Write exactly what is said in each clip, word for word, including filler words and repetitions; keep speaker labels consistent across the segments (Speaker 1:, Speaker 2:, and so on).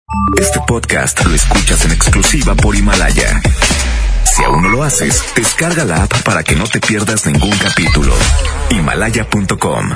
Speaker 1: Este podcast lo escuchas en exclusiva por Himalaya. Si aún no lo haces, descarga la app para que no te pierdas ningún capítulo. Himalaya punto com.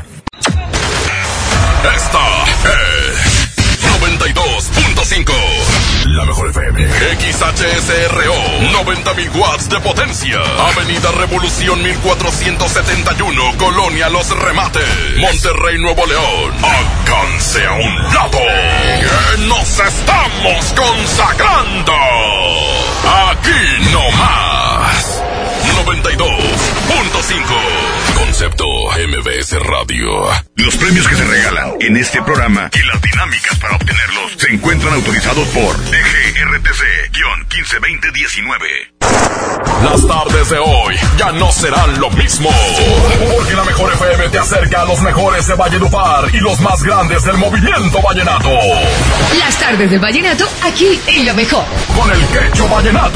Speaker 2: Esta es noventa y dos punto cinco. La mejor F M. X H S R O. noventa mil watts de potencia. Avenida Revolución mil cuatrocientos setenta y uno. Colonia Los Remates. Monterrey, Nuevo León. Háganse a un lado. Que nos estamos consagrando. Aquí no más. noventa y dos punto cinco. Concepto M B S Radio.
Speaker 3: Los premios que se regalan en este programa y las dinámicas para obtenerlos se encuentran autorizados por D G R T C quince veinte diecinueve.
Speaker 2: Las tardes de hoy ya no serán lo mismo, porque la mejor F M te acerca a los mejores de Valledupar y los más grandes del movimiento vallenato.
Speaker 4: Las tardes del vallenato aquí en La Mejor.
Speaker 2: Con el Quecho Vallenato.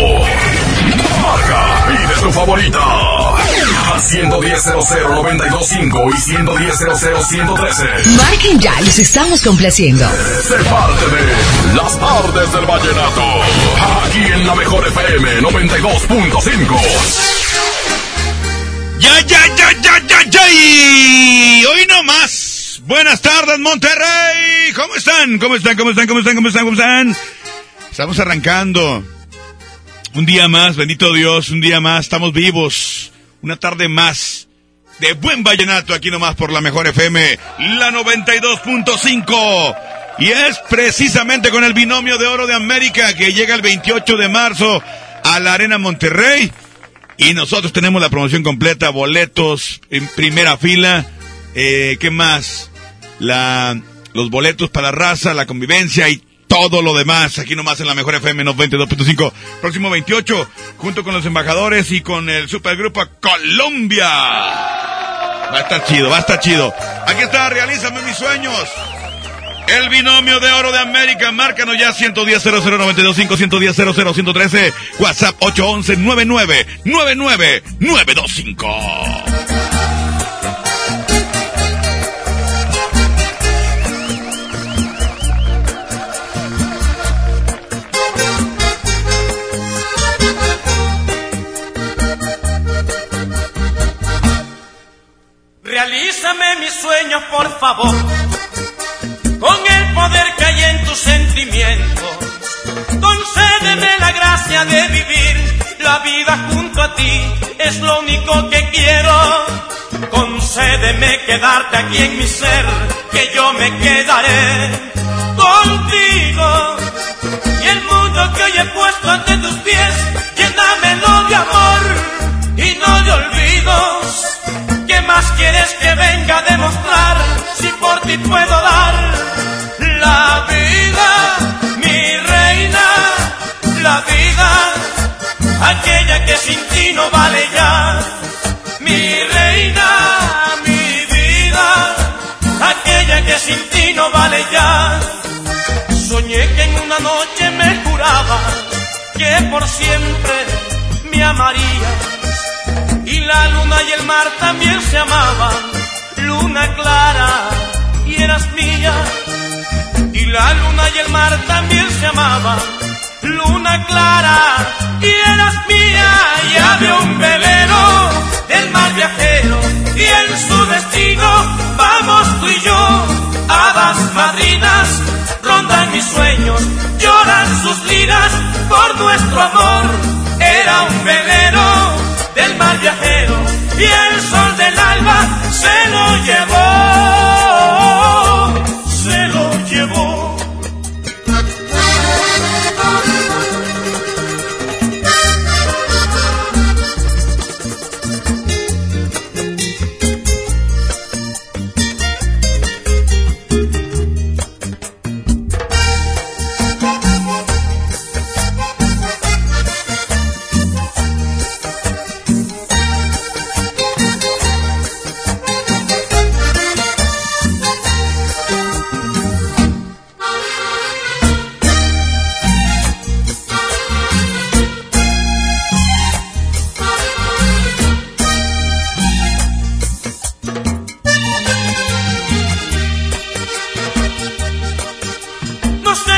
Speaker 2: Marca, pide tu favorita. A ciento diez cero cero noventa y dos cinco y ciento diez cero cero ciento trece.
Speaker 4: Marquen ya, los estamos complaciendo.
Speaker 2: Sé parte de Las tardes del vallenato. Aquí en la mejor F M noventa y dos punto cinco.
Speaker 5: Ya, ya, ya, ya, ya, ya. Y hoy no más. Buenas tardes, Monterrey. ¿Cómo están? ¿Cómo están? ¿Cómo están? ¿Cómo están? ¿Cómo están? ¿Cómo están? Estamos arrancando. Un día más, bendito Dios, un día más. Estamos vivos. Una tarde más de buen vallenato aquí nomás por la mejor F M, la noventa y dos punto cinco. Y es precisamente con el binomio de oro de América que llega el veintiocho de marzo a la Arena Monterrey. Y nosotros tenemos la promoción completa, boletos en primera fila. Eh, ¿Qué más? La, los boletos para la raza, la convivencia y todo lo demás, aquí nomás en la mejor F M noventa y dos punto cinco. Próximo veintiocho, junto con los embajadores y con el supergrupo Colombia. Va a estar chido, va a estar chido. Aquí está, realízame mis sueños. El binomio de oro de América, márcanos ya ciento diez cero cero noventa y dos cinco, ciento diez cero cero ciento trece, WhatsApp ocho once nueve nueve nueve nueve nueve dos cinco.
Speaker 6: Realízame mis sueños, por favor, con el poder que hay en tus sentimientos. Concédeme la gracia de vivir la vida junto a ti, es lo único que quiero. Concédeme quedarte aquí en mi ser, que yo me quedaré contigo. Y el mundo que hoy he puesto ante tus pies, llénamelo de amor y no de olvidos. ¿Qué más quieres que venga a demostrar si por ti puedo dar la vida, mi reina, la vida, aquella que sin ti no vale ya? Mi reina, mi vida, aquella que sin ti no vale ya. Soñé que en una noche me juraba que por siempre me amarías. Y la luna y el mar también se amaban, luna clara, y eras mía. Y la luna y el mar también se amaban, luna clara, y eras mía. Y había un velero del mar viajero, y en su destino vamos tú y yo. Hadas madrinas rondan mis sueños, lloran sus liras por nuestro amor. Era un velero del mar viajero, y el sol del alba se lo llevó, se lo llevó.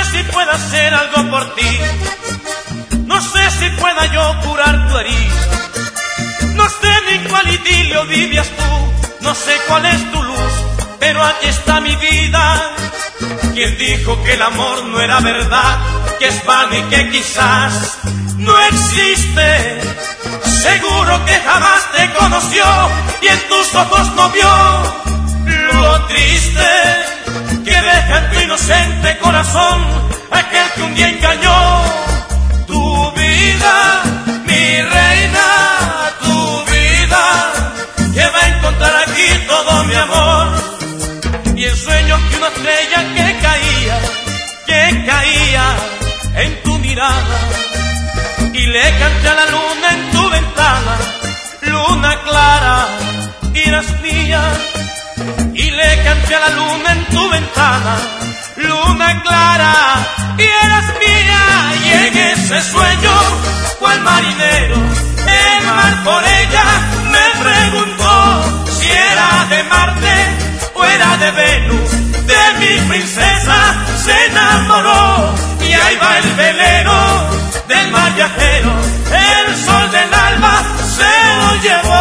Speaker 6: si pueda hacer algo por ti. No sé si pueda yo curar tu herida. No sé ni cuál idilio vivías tú. No sé cuál es tu luz, pero aquí está mi vida. Quien dijo que el amor no era verdad, que es vano y que quizás no existe. Seguro que jamás te conoció y en tus ojos no vio lo triste que deja en tu inocente corazón aquel que un día engañó tu vida, mi reina, tu vida, que va a encontrar aquí todo mi amor. Y en sueños que una estrella que caía, que caía en tu mirada, y le canté a la luna en tu ventana, luna clara, eras mía. Y le canté a la luna en tu ventana, luna clara, y eras mía. Y en ese sueño, cual marinero, el mar por ella me preguntó si era de Marte o era de Venus. De mi princesa se enamoró, y ahí va el velero del viajero, el sol del alba se lo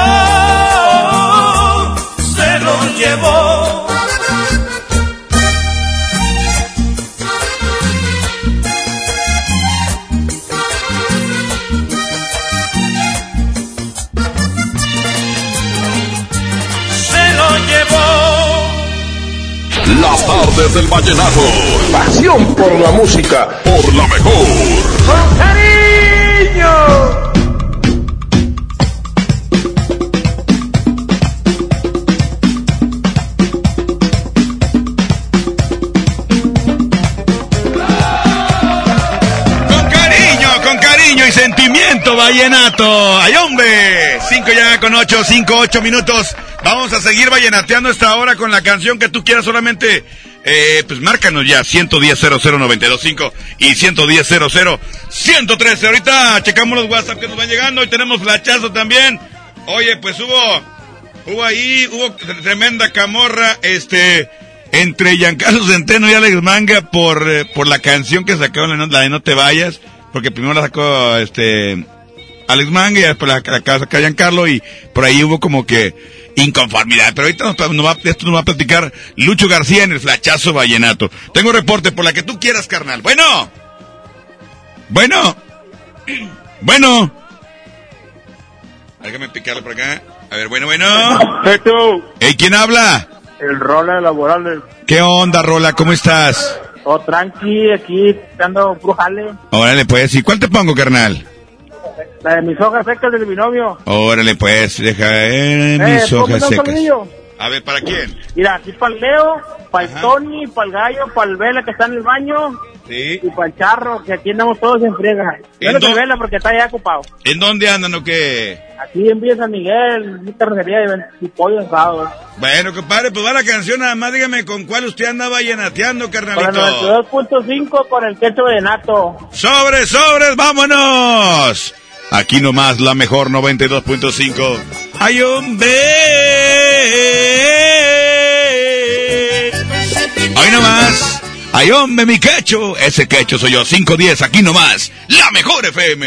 Speaker 6: llevó, se lo llevó. Se lo llevó.
Speaker 2: Las tardes del vallenato.
Speaker 7: Pasión por la música.
Speaker 2: Por la mejor.
Speaker 7: ¡Con cariño!
Speaker 5: Con cariño, con cariño y sentimiento vallenato. ¡Ay, hombre! Cinco ya con ocho, cinco, ocho minutos. Vamos a seguir vallenateando esta hora con la canción que tú quieras. Solamente, eh, pues márcanos ya, ciento diez cero cero noventa y dos cinco y ciento diez cero cero ciento trece. Ahorita checamos los WhatsApp que nos van llegando y tenemos flachazo también. Oye, pues hubo, hubo ahí, hubo tremenda camorra, este, entre Giancarlo Centeno y Alex Manga por, eh, por la canción que sacaron, la de No Te Vayas, porque primero la sacó, este, Alex Manga y después la, la, la sacó Giancarlo, y por ahí hubo como que inconformidad, pero ahorita nos, nos va, esto nos va a platicar Lucho García en el flachazo vallenato. Tengo reporte por la que tú quieras, carnal. Bueno, bueno, bueno. Déjame picarle por acá. A ver, bueno, bueno. Hey, ¿quién habla?
Speaker 8: El Rola de Laborales.
Speaker 5: ¿Qué onda, Rola? ¿Cómo estás?
Speaker 8: Oh, tranqui, aquí dando brujale.
Speaker 5: Órale, pues. ¿Y cuál te pongo, carnal?
Speaker 8: La de mis hojas secas del binomio.
Speaker 5: Órale, pues, deja eh, mis
Speaker 8: eh,
Speaker 5: hojas secas.
Speaker 8: Solillo.
Speaker 5: A ver, ¿para quién?
Speaker 8: Mira, aquí para el Leo, para el Tony, para el Gallo, para el Vela que está en el baño.
Speaker 5: Sí.
Speaker 8: Y para el Charro, que aquí andamos todos en friega. Yo no se Vela porque está ya ocupado.
Speaker 5: ¿En dónde andan o qué?
Speaker 8: Aquí en Villa San Miguel, en carnicería y pollo asado.
Speaker 5: Bueno, compadre, pues va la canción, nada más dígame con cuál usted anda vallenateando, carnalito.
Speaker 8: Con el noventa y dos punto cinco con el queso vallenato.
Speaker 5: ¡Sobres, sobres, vámonos! Aquí nomás la mejor noventa y dos punto cinco. ¡Ay, hombre! ¡Ay, nomás! ¡Ay, hombre, mi quecho! Ese quecho soy yo, cinco diez, aquí nomás, la mejor F M.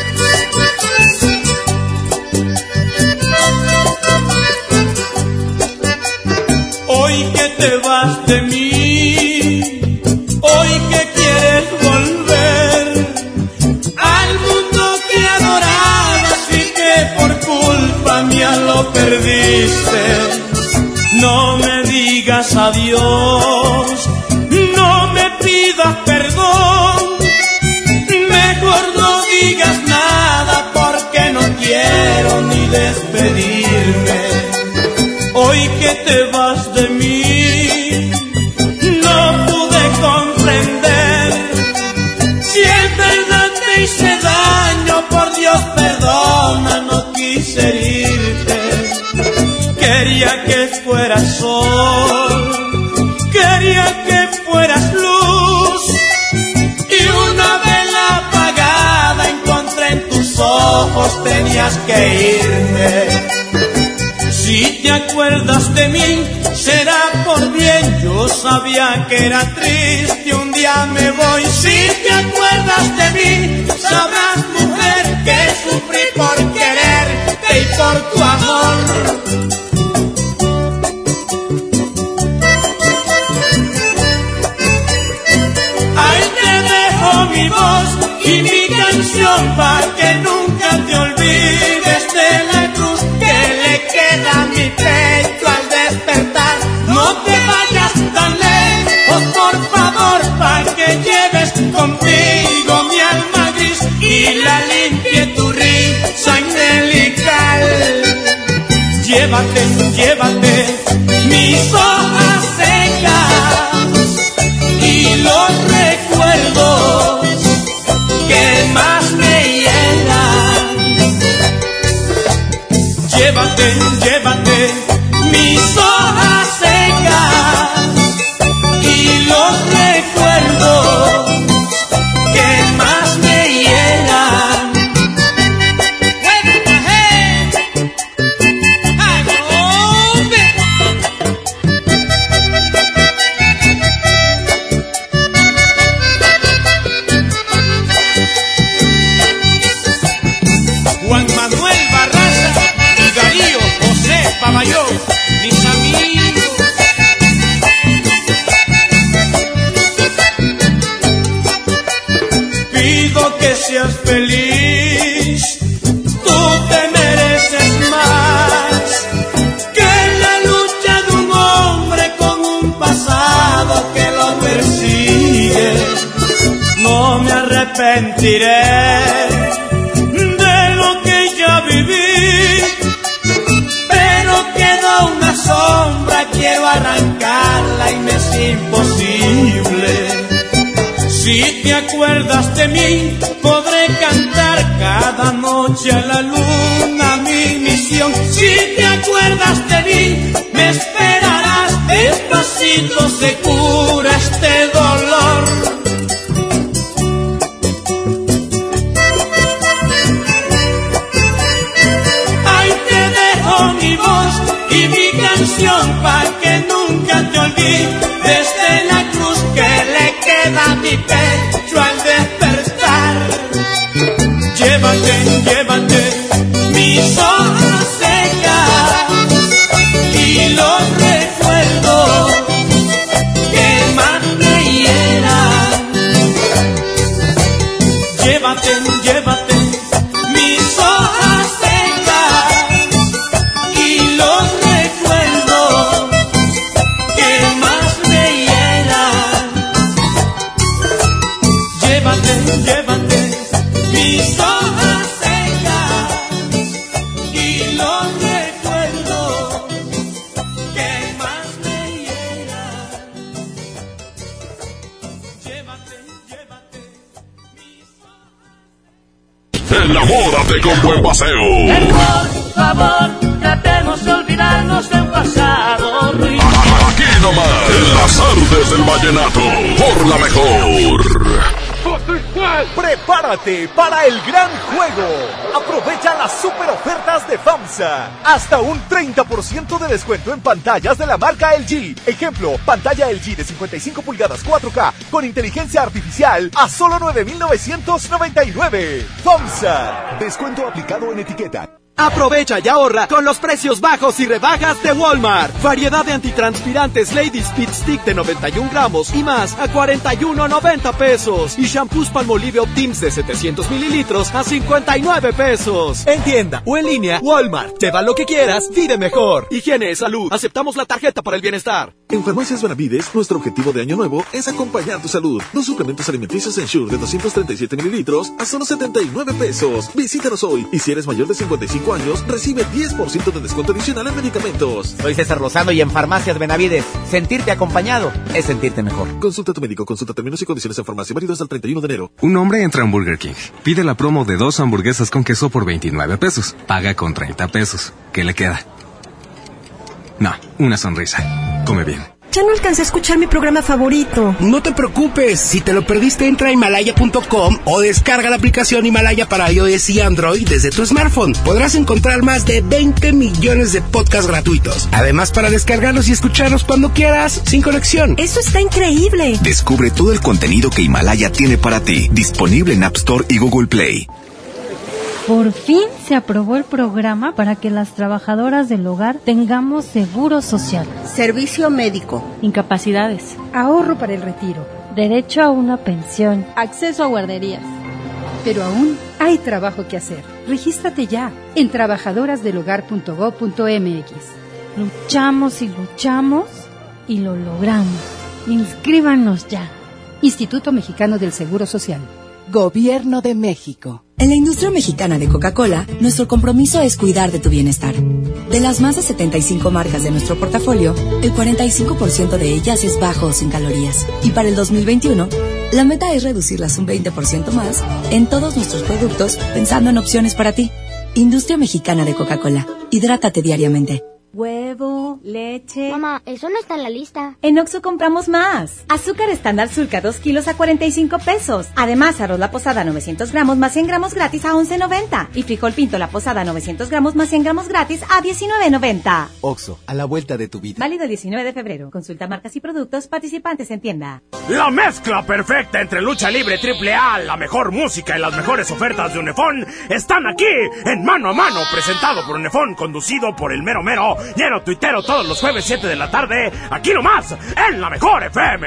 Speaker 6: Hoy que te vas de mí, hoy que quieres volver al mundo que adorabas y que por culpa mía lo perdiste. No me digas adiós, no me pidas perdón, mejor no digas nada porque no quiero ni despedirme. Hoy que te vas de mí, no pude comprender si en verdad te hice daño, por Dios perdona, no quise herirte. Quería que fueras sol, quería que fueras luz, y una vela apagada encontré en tus ojos, tenías que irte. Si te acuerdas de mí, será por bien, yo Yo sabía que era triste, un día me voy. Si te acuerdas de mí, sabrás, mujer, que sufrí por quererte y por tu amor. Ahí te dejo mi voz y mi canción para que nunca te olvides de la cruz que le queda a mi pecho al despertar. No te vayas tan lejos, por favor, para que lleves contigo mi alma gris y la limpie tu risa angelical. Llévate, llévate mis hojas secas y los recuerdos que más me llenan. Llévate, llévate mis hojas secas y los recuerdos que más me llenan. Juan Manuel Barraza y Darío José Paballó, mis amigos. Pido que seas feliz, tú te mereces más que la lucha de un hombre con un pasado que lo persigue. No me arrepentiré de lo que ya viví, pero quedó una sombra, quiero arrancarla y me es imposible. Si te acuerdas de mí, podré cantar cada noche a la luna mi misión. Si te acuerdas de mí, me esperarás, despacito se cura este dolor. Ahí te dejo mi voz y mi canción para que nunca te olvides de la cruz que le queda a mi pecho al despertar. Llévate, llévate mis hojas secas y los recuerdos que más me hieran. Llévate, llévate mis hojas secas y los recuerdos que más me hieran. Llévate, llévate mis hojas secas y los recuerdos que más me hieran. Llévate, llévate mis hojas.
Speaker 2: Enamórate con Buen Paseo.
Speaker 6: Por favor, tratemos de olvidarnos del pasado ruin.
Speaker 2: Aquí nomás, en las artes del vallenato, por la mejor.
Speaker 9: Prepárate para el gran juego. Aprovecha las super ofertas de FAMSA. Hasta un treinta por ciento de descuento en pantallas de la marca L G. Ejemplo, pantalla L G de cincuenta y cinco pulgadas cuatro K con inteligencia artificial a solo nueve mil novecientos noventa y nueve. FAMSA. Descuento aplicado en etiqueta.
Speaker 10: Aprovecha y ahorra con los precios bajos y rebajas de Walmart. Variedad de antitranspirantes Lady Speed Stick de noventa y un gramos y más a cuarenta y uno noventa pesos. Y shampoos Palmolive Optims de setecientos mililitros a cincuenta y nueve pesos. En tienda o en línea, Walmart. Lleva lo que quieras, vive mejor. Higiene y salud. Aceptamos la tarjeta para el bienestar.
Speaker 11: En Farmacias Benavides, nuestro objetivo de año nuevo es acompañar tu salud. Dos suplementos alimenticios Ensure de doscientos treinta y siete mililitros a solo setenta y nueve pesos. Visítanos hoy. Y si eres mayor de cincuenta y cinco años, recibe diez por ciento de descuento adicional en medicamentos.
Speaker 12: Soy César Lozano y en Farmacias Benavides, sentirte acompañado es sentirte mejor.
Speaker 11: Consulta a tu médico, consulta términos y condiciones en farmacia, válido hasta el treinta y uno de enero.
Speaker 13: Un hombre entra a un Burger King, pide la promo de dos hamburguesas con queso por veintinueve pesos, paga con treinta pesos. ¿Qué le queda? No, una sonrisa. Come bien.
Speaker 14: Ya no alcancé a escuchar mi programa favorito.
Speaker 15: No te preocupes, si te lo perdiste entra a Himalaya punto com o descarga la aplicación Himalaya para iOS y Android desde tu smartphone. Podrás encontrar más de veinte millones de podcasts gratuitos. Además, para descargarlos y escucharlos cuando quieras, sin conexión.
Speaker 14: ¡Eso está increíble!
Speaker 1: Descubre todo el contenido que Himalaya tiene para ti, disponible en App Store y Google Play.
Speaker 16: Por fin se aprobó el programa para que las trabajadoras del hogar tengamos seguro social,
Speaker 17: servicio médico,
Speaker 16: incapacidades,
Speaker 17: ahorro para el retiro,
Speaker 16: derecho a una pensión,
Speaker 17: acceso a guarderías. Pero aún hay trabajo que hacer. Regístrate ya en trabajadoras del hogar punto gob punto eme equis.
Speaker 16: Luchamos y luchamos y lo logramos. Inscríbanos ya.
Speaker 17: Instituto Mexicano del Seguro Social.
Speaker 18: Gobierno de México.
Speaker 19: En la industria mexicana de Coca-Cola, nuestro compromiso es cuidar de tu bienestar. De las más de setenta y cinco marcas de nuestro portafolio, el cuarenta y cinco por ciento de ellas es bajo o sin calorías. Y para el dos mil veintiuno, la meta es reducirlas un veinte por ciento más en todos nuestros productos, pensando en opciones para ti. Industria Mexicana de Coca-Cola. Hidrátate diariamente.
Speaker 20: Huevo, leche...
Speaker 21: Mamá, eso no está en la lista.
Speaker 20: En Oxxo compramos más. Azúcar estándar Sulca dos kilos a cuarenta y cinco pesos. Además, arroz La Posada novecientos gramos más cien gramos gratis a once noventa. Y frijol pinto La Posada novecientos gramos más cien gramos gratis a diecinueve noventa.
Speaker 22: Oxxo, a la vuelta de tu vida.
Speaker 20: Válido el diecinueve de febrero. Consulta marcas y productos participantes en tienda.
Speaker 23: La mezcla perfecta entre lucha libre triple A, la mejor música y las mejores ofertas de Unefón están aquí en Mano a Mano, presentado por Unefón, conducido por el mero mero, lleno tuitero todos los jueves siete de la tarde, aquí nomás, en la mejor F M.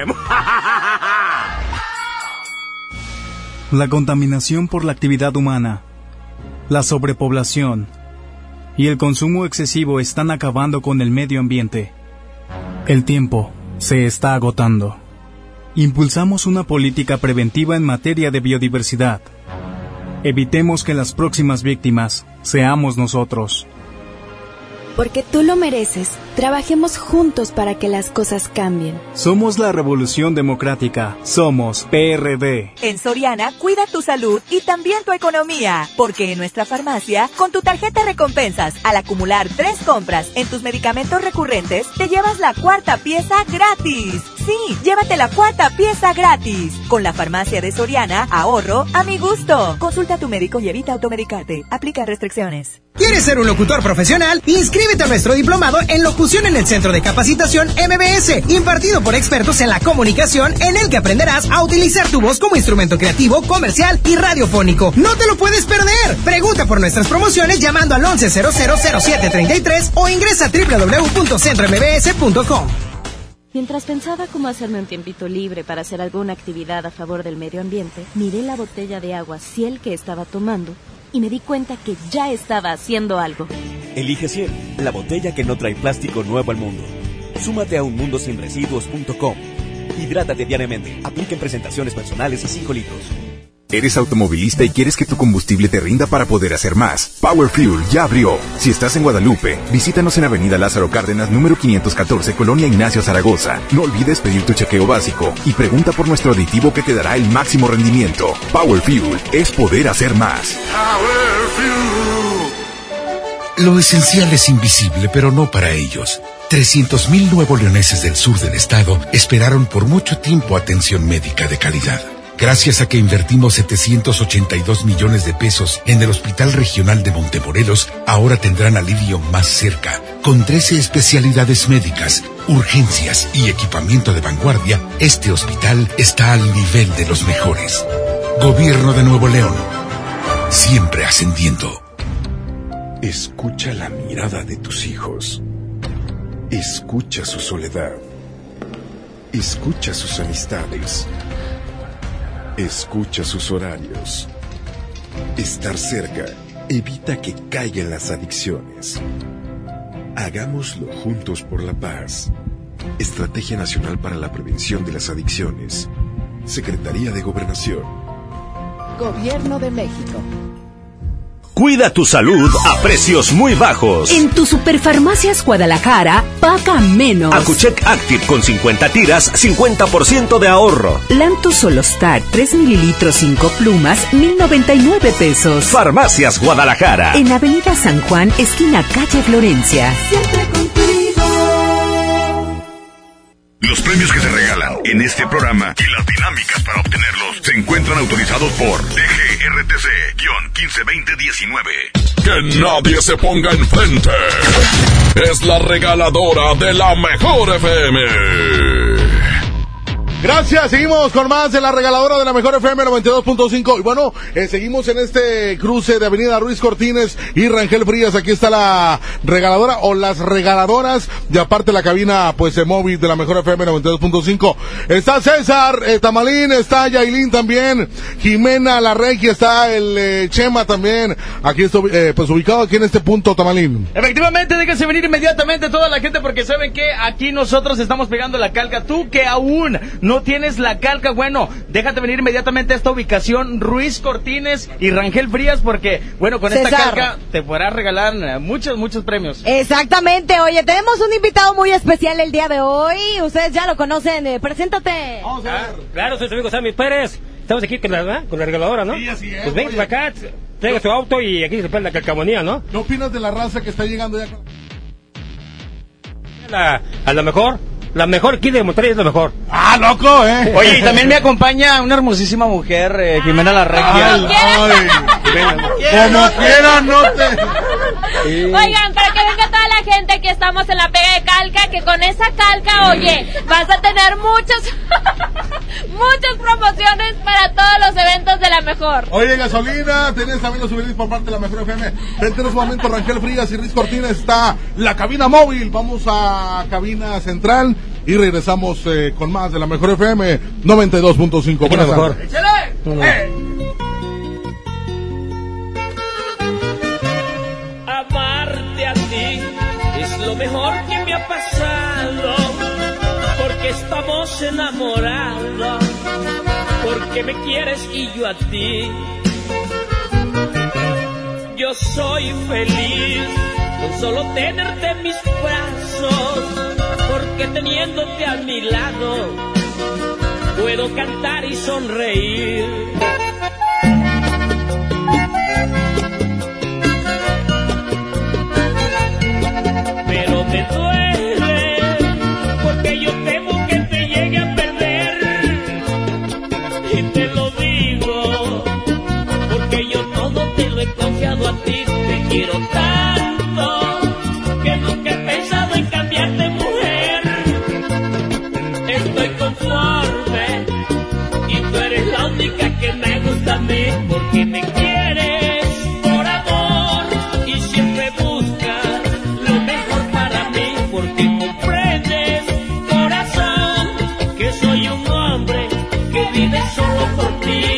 Speaker 24: La contaminación por la actividad humana, la sobrepoblación y el consumo excesivo están acabando con el medio ambiente. El tiempo se está agotando. Impulsamos una política preventiva en materia de biodiversidad. Evitemos que las próximas víctimas seamos nosotros.
Speaker 25: Porque tú lo mereces, trabajemos juntos para que las cosas cambien.
Speaker 24: Somos la Revolución Democrática. Somos P R D.
Speaker 26: En Soriana, cuida tu salud y también tu economía. Porque en nuestra farmacia, con tu tarjeta recompensas, al acumular tres compras en tus medicamentos recurrentes, te llevas la cuarta pieza gratis. Sí, llévate la cuarta pieza gratis. Con la farmacia de Soriana, ahorro a mi gusto. Consulta a tu médico y evita automedicarte. Aplica restricciones.
Speaker 27: ¿Quieres ser un locutor profesional? Inscríbete a nuestro diplomado en locución en el Centro de Capacitación M B S, impartido por expertos en la comunicación, en el que aprenderás a utilizar tu voz como instrumento creativo, comercial y radiofónico. ¡No te lo puedes perder! Pregunta por nuestras promociones llamando al once cero cero cero siete treinta y tres o ingresa a doble u doble u doble u punto centro m b s punto com.
Speaker 28: Mientras pensaba cómo hacerme un tiempito libre para hacer alguna actividad a favor del medio ambiente, miré la botella de agua Ciel que estaba tomando y me di cuenta que ya estaba haciendo algo.
Speaker 29: Elige Ciel, la botella que no trae plástico nuevo al mundo. Súmate a un mundo sin residuos punto com. Hidrátate diariamente. Apliquen presentaciones personales y cinco litros.
Speaker 1: ¿Eres automovilista y quieres que tu combustible te rinda para poder hacer más? Power Fuel ya abrió. Si estás en Guadalupe, visítanos en Avenida Lázaro Cárdenas, número quinientos catorce, Colonia Ignacio Zaragoza. No olvides pedir tu chequeo básico y pregunta por nuestro aditivo que te dará el máximo rendimiento. Power Fuel es poder hacer más.
Speaker 30: Power Fuel. Lo esencial es invisible, pero no para ellos. trescientos mil nuevoleoneses del sur del estado esperaron por mucho tiempo atención médica de calidad. Gracias a que invertimos setecientos ochenta y dos millones de pesos en el Hospital Regional de Montemorelos, ahora tendrán alivio más cerca. Con trece especialidades médicas, urgencias y equipamiento de vanguardia, este hospital está al nivel de los mejores. Gobierno de Nuevo León, siempre ascendiendo.
Speaker 31: Escucha la mirada de tus hijos. Escucha su soledad. Escucha sus amistades. Escucha sus horarios. Estar cerca evita que caigan las adicciones. Hagámoslo juntos por la paz. Estrategia Nacional para la Prevención de las Adicciones. Secretaría de Gobernación.
Speaker 18: Gobierno de México.
Speaker 32: Cuida tu salud a precios muy bajos.
Speaker 4: En tu Superfarmacias Guadalajara, paga menos.
Speaker 32: Acuchec Active con cincuenta tiras, cincuenta por ciento de ahorro.
Speaker 4: Lantus Solostar, tres mililitros, cinco plumas, mil noventa y nueve pesos.
Speaker 32: Farmacias Guadalajara.
Speaker 4: En Avenida San Juan, esquina calle Florencia.
Speaker 18: Siempre contigo.
Speaker 31: en este programa y las dinámicas para obtenerlos se encuentran autorizados por D G R T C quince veinte diecinueve.
Speaker 2: Que nadie se ponga enfrente. Es la regaladora de la mejor F M.
Speaker 3: Gracias, seguimos con más de la regaladora de la mejor F M noventa y dos punto cinco. Y bueno, eh, seguimos en este cruce de Avenida Ruiz Cortines y Rangel Frías. Aquí está la regaladora o las regaladoras. Y aparte la cabina, pues, de móvil de la mejor F M noventa y dos punto cinco. Está César eh, Tamalín, está Yailin también, Jimena La Regia, está el eh, Chema también. Aquí estoy, eh, pues, ubicado aquí en este punto, Tamalín.
Speaker 5: Efectivamente, déjense venir inmediatamente toda la gente porque saben que aquí nosotros estamos pegando la calca. Tú que aún no tienes la calca, bueno, déjate venir inmediatamente a esta ubicación, Ruiz Cortines y Rangel Frías, porque, bueno, con César, esta calca te podrás regalar muchos, muchos premios.
Speaker 6: Exactamente. Oye, tenemos un invitado muy especial el día de hoy. Ustedes ya lo conocen. Eh, preséntate.
Speaker 7: Vamos a ver. Ah, claro, soy su amigo Sammy Pérez. Estamos aquí con la, con la regaladora, ¿no?
Speaker 3: Sí, así es.
Speaker 7: Pues ven para acá, traiga su auto y aquí se pone la calcamonía, ¿no?
Speaker 3: ¿Qué opinas de la raza que está llegando ya?
Speaker 7: La, a lo mejor... La mejor aquí de Monterrey es la mejor.
Speaker 3: ¡Ah, loco, eh!
Speaker 5: Oye, y también me acompaña una hermosísima mujer, eh, Jimena La Regia.
Speaker 3: Ay, ay, como quiera, no te...
Speaker 8: Sí. Oigan, para que venga toda la gente que estamos en la pega de calca, que con esa calca, oye, vas a tener muchos, muchas promociones para todos los eventos de la mejor.
Speaker 3: Oye, gasolina, tenés también los souvenirs por parte de la mejor F M. Frente en este momento, Rangel Frías y Ruiz Cortines, está la cabina móvil. Vamos a cabina central. Y regresamos eh, con más de la mejor F M noventa y dos punto cinco. Buenas tardes.
Speaker 9: ¡Eh! Amarte a ti es lo mejor que me ha pasado, porque estamos enamorados, porque me quieres y yo a ti. Yo soy feliz con solo tenerte en mis brazos, porque teniéndote a mi lado puedo cantar y sonreír. Pero me duele porque yo temo que te llegue a perder, y te lo digo porque yo todo te lo he confiado a ti. Te quiero tanto que nunca he pensado en cambiarte, mujer. Estoy conforme y tú eres la única que me gusta a mí, porque me quieres por amor y siempre buscas lo mejor para mí, porque comprendes, corazón, que soy un hombre que vive solo por ti.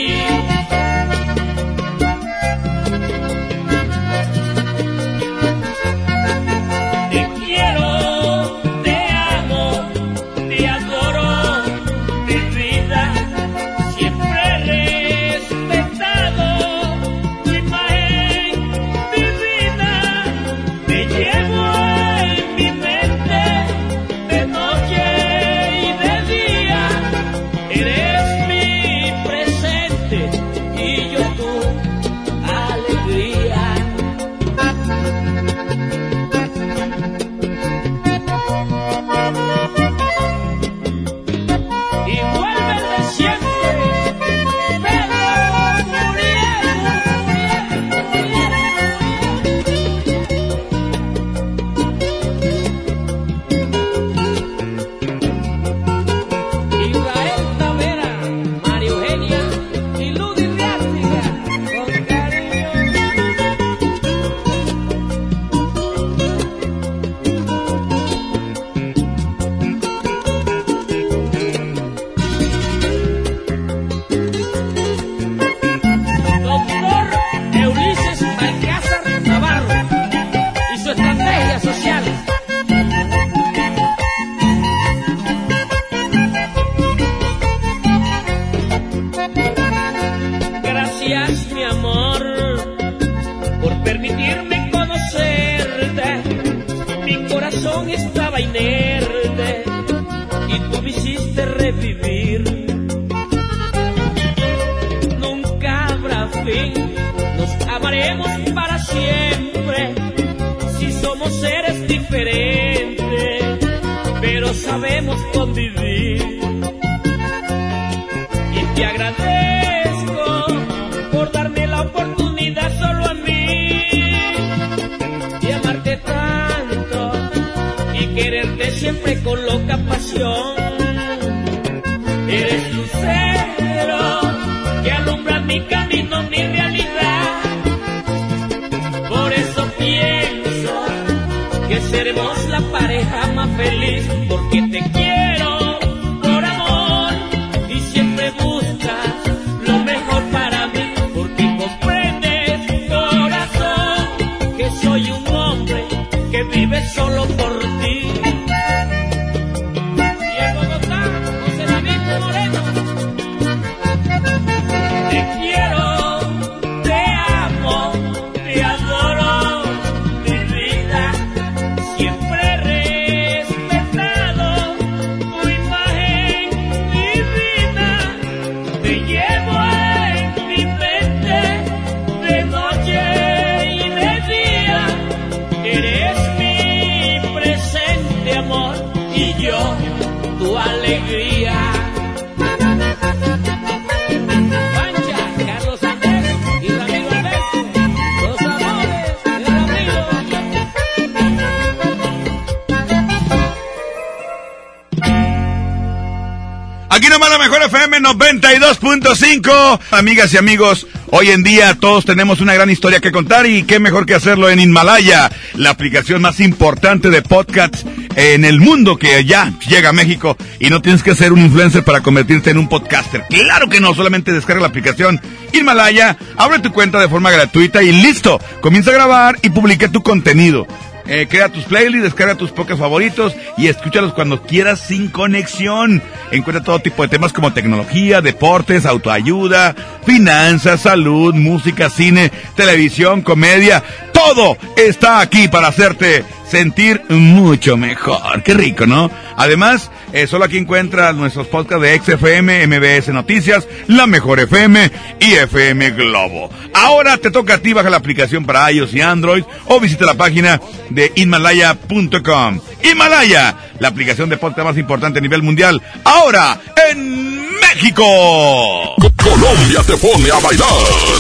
Speaker 9: Sabemos convivir. siempre coloca pasión. Eres lucero que alumbra mi camino, mi realidad. Por eso pienso que seremos la pareja más feliz, porque te quiero por amor y siempre buscas lo mejor para mí, porque comprendes, corazón, que soy un hombre que vive solo por ti. Y en Bogotá, José David Moreno, te quiero, te amo, te adoro, mi vida, siempre he respetado tu imagen divina, te llevo en mi mente de noche y de día, eres mi presente amor y yo tu alegría. Pancha, Carlos Andrés y Ramiro Alberto, los amores de Ramiro.
Speaker 10: Aquí nomás la mejor F M noventa y dos punto cinco. Amigas y amigos, hoy en día todos tenemos una gran historia que contar y qué mejor que hacerlo en Himalaya, la aplicación más importante de podcasts en el mundo, que ya llega a México y no tienes que ser un influencer para convertirte en un podcaster. Claro que no, solamente descarga la aplicación Himalaya, abre tu cuenta de forma gratuita y listo, comienza a grabar y publica tu contenido. Eh, crea tus playlists, descarga tus podcasts favoritos y escúchalos cuando quieras sin conexión. Encuentra todo tipo de temas como tecnología, deportes, autoayuda, finanzas, salud, música, cine, televisión, comedia. Todo está aquí para hacerte sentir mucho mejor. Qué rico, ¿no? Además, eh, solo aquí encuentras nuestros podcasts de X F M, M B S Noticias, La Mejor F M y F M Globo. Ahora te toca a ti, baja la aplicación para iOS y Android o visita la página de Himalaya punto com. Himalaya, la aplicación de podcast más importante a nivel mundial, ahora en México.
Speaker 2: Colombia te pone a bailar.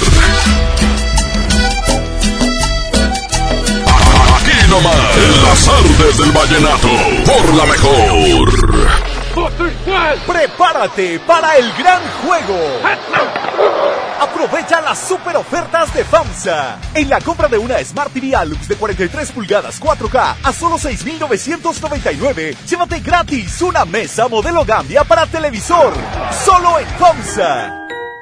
Speaker 2: Aquí nomás, en las artes del vallenato, por la mejor.
Speaker 11: Prepárate para el gran juego. Aprovecha las super ofertas de FAMSA. En la compra de una Smart T V Alux de cuarenta y tres pulgadas cuatro K a solo seis mil novecientos noventa y nueve, llévate gratis una mesa modelo Gambia para televisor. Solo en FAMSA.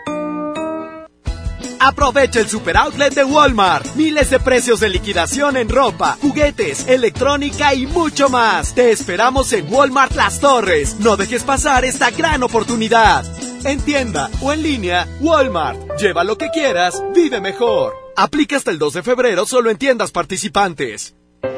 Speaker 11: Aprovecha el super outlet de Walmart. Miles de precios de liquidación en ropa, juguetes, electrónica y mucho más. Te esperamos en Walmart Las Torres. No dejes pasar esta gran oportunidad. En tienda o en línea, Walmart. Lleva lo que quieras, vive mejor. Aplica hasta el dos de febrero solo en tiendas participantes.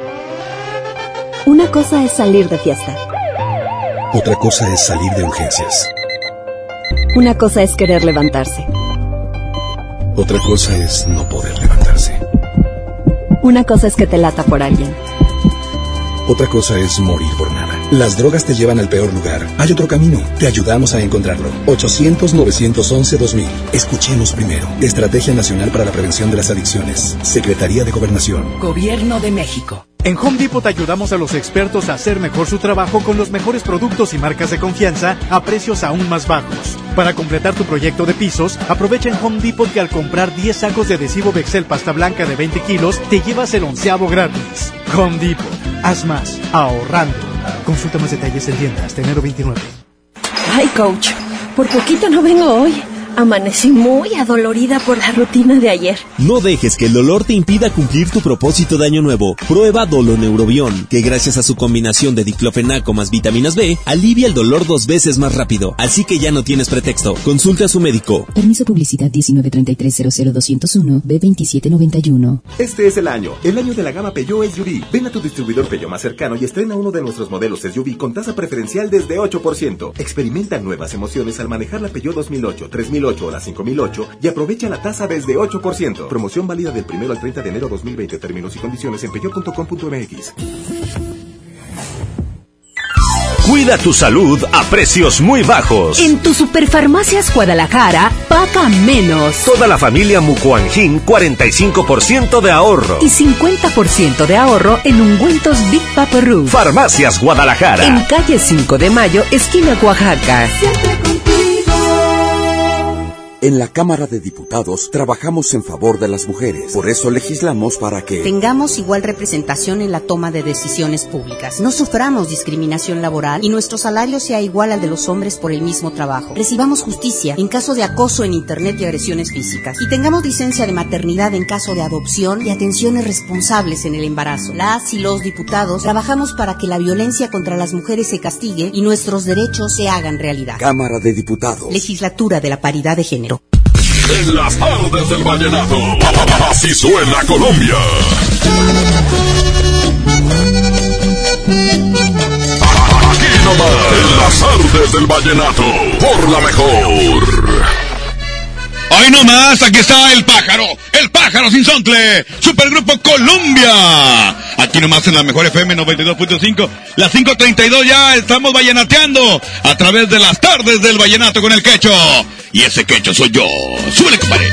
Speaker 25: Una cosa es salir de fiesta.
Speaker 31: Otra cosa es salir de urgencias.
Speaker 25: Una cosa es querer levantarse.
Speaker 31: Otra cosa es no poder levantarse.
Speaker 25: Una cosa es que te lata por alguien.
Speaker 31: Otra cosa es morir por nada. Las drogas te llevan al peor lugar. Hay otro camino. Te ayudamos a encontrarlo. ochocientos, novecientos once, dos mil. Escuchemos primero. Estrategia Nacional para la Prevención de las Adicciones. Secretaría de Gobernación.
Speaker 18: Gobierno de México.
Speaker 12: En Home Depot ayudamos a los expertos a hacer mejor su trabajo con los mejores productos y marcas de confianza a precios aún más bajos. Para completar tu proyecto de pisos, aprovecha en Home Depot que al comprar diez sacos de adhesivo Bexel pasta blanca de veinte kilos, te llevas el onceavo gratis. Home Depot. Haz más, ahorrando. Consulta más detalles en tienda hasta enero veintinueve.
Speaker 28: Ay, coach, por poquito no vengo hoy. Amanecí muy adolorida por la rutina de ayer.
Speaker 13: No dejes que el dolor te impida cumplir tu propósito de año nuevo. Prueba Doloneurobión, que gracias a su combinación de diclofenaco más vitaminas B, alivia el dolor dos veces más rápido. Así que ya no tienes pretexto. Consulta a su médico.
Speaker 14: Permiso publicidad diecinueve treinta y tres cero cero doscientos uno B veintisiete noventa y uno.
Speaker 15: Este es el año, el año de la gama Peugeot S U V. Ven a tu distribuidor Peugeot más cercano y estrena uno de nuestros modelos S U V con tasa preferencial desde ocho por ciento. Experimenta nuevas emociones al manejar la Peugeot dos mil ocho, tres mil ocho o la cinco mil ocho y aprovecha la tasa desde ocho por ciento. Promoción válida del primero al treinta de enero dos mil veinte. Términos y condiciones en peugeot punto com punto m x.
Speaker 32: Cuida tu salud a precios muy bajos.
Speaker 4: En tu Superfarmacias Guadalajara, paga menos.
Speaker 32: Toda la familia Mucuanjin, cuarenta y cinco por ciento de ahorro.
Speaker 4: Y cincuenta por ciento de ahorro en ungüentos Big Papa Roof.
Speaker 32: Farmacias Guadalajara.
Speaker 4: En calle cinco de Mayo, esquina Oaxaca.
Speaker 1: Siempre contigo. En la Cámara de Diputados trabajamos en favor de las mujeres. Por eso legislamos para que
Speaker 16: tengamos igual representación en la toma de decisiones públicas, no suframos discriminación laboral y nuestro salario sea igual al de los hombres por el mismo trabajo. Recibamos justicia en caso de acoso en internet y agresiones físicas. Y tengamos licencia de maternidad en caso de adopción y atenciones responsables en el embarazo. Las y los diputados trabajamos para que la violencia contra las mujeres se castigue y nuestros derechos se hagan realidad.
Speaker 1: Cámara de Diputados.
Speaker 16: Legislatura de la Paridad de Género.
Speaker 2: En las tardes del vallenato, así suena Colombia. Aquí nomás, en las tardes del vallenato, por la mejor.
Speaker 10: Hoy nomás, aquí está el pájaro, el pájaro sin sontle, Supergrupo Colombia. Aquí nomás en la mejor F M noventa y dos punto cinco, las cinco treinta y dos ya estamos vallenateando a través de las tardes del vallenato con el quecho. Y ese quecho soy yo. ¡Súbele, compadre!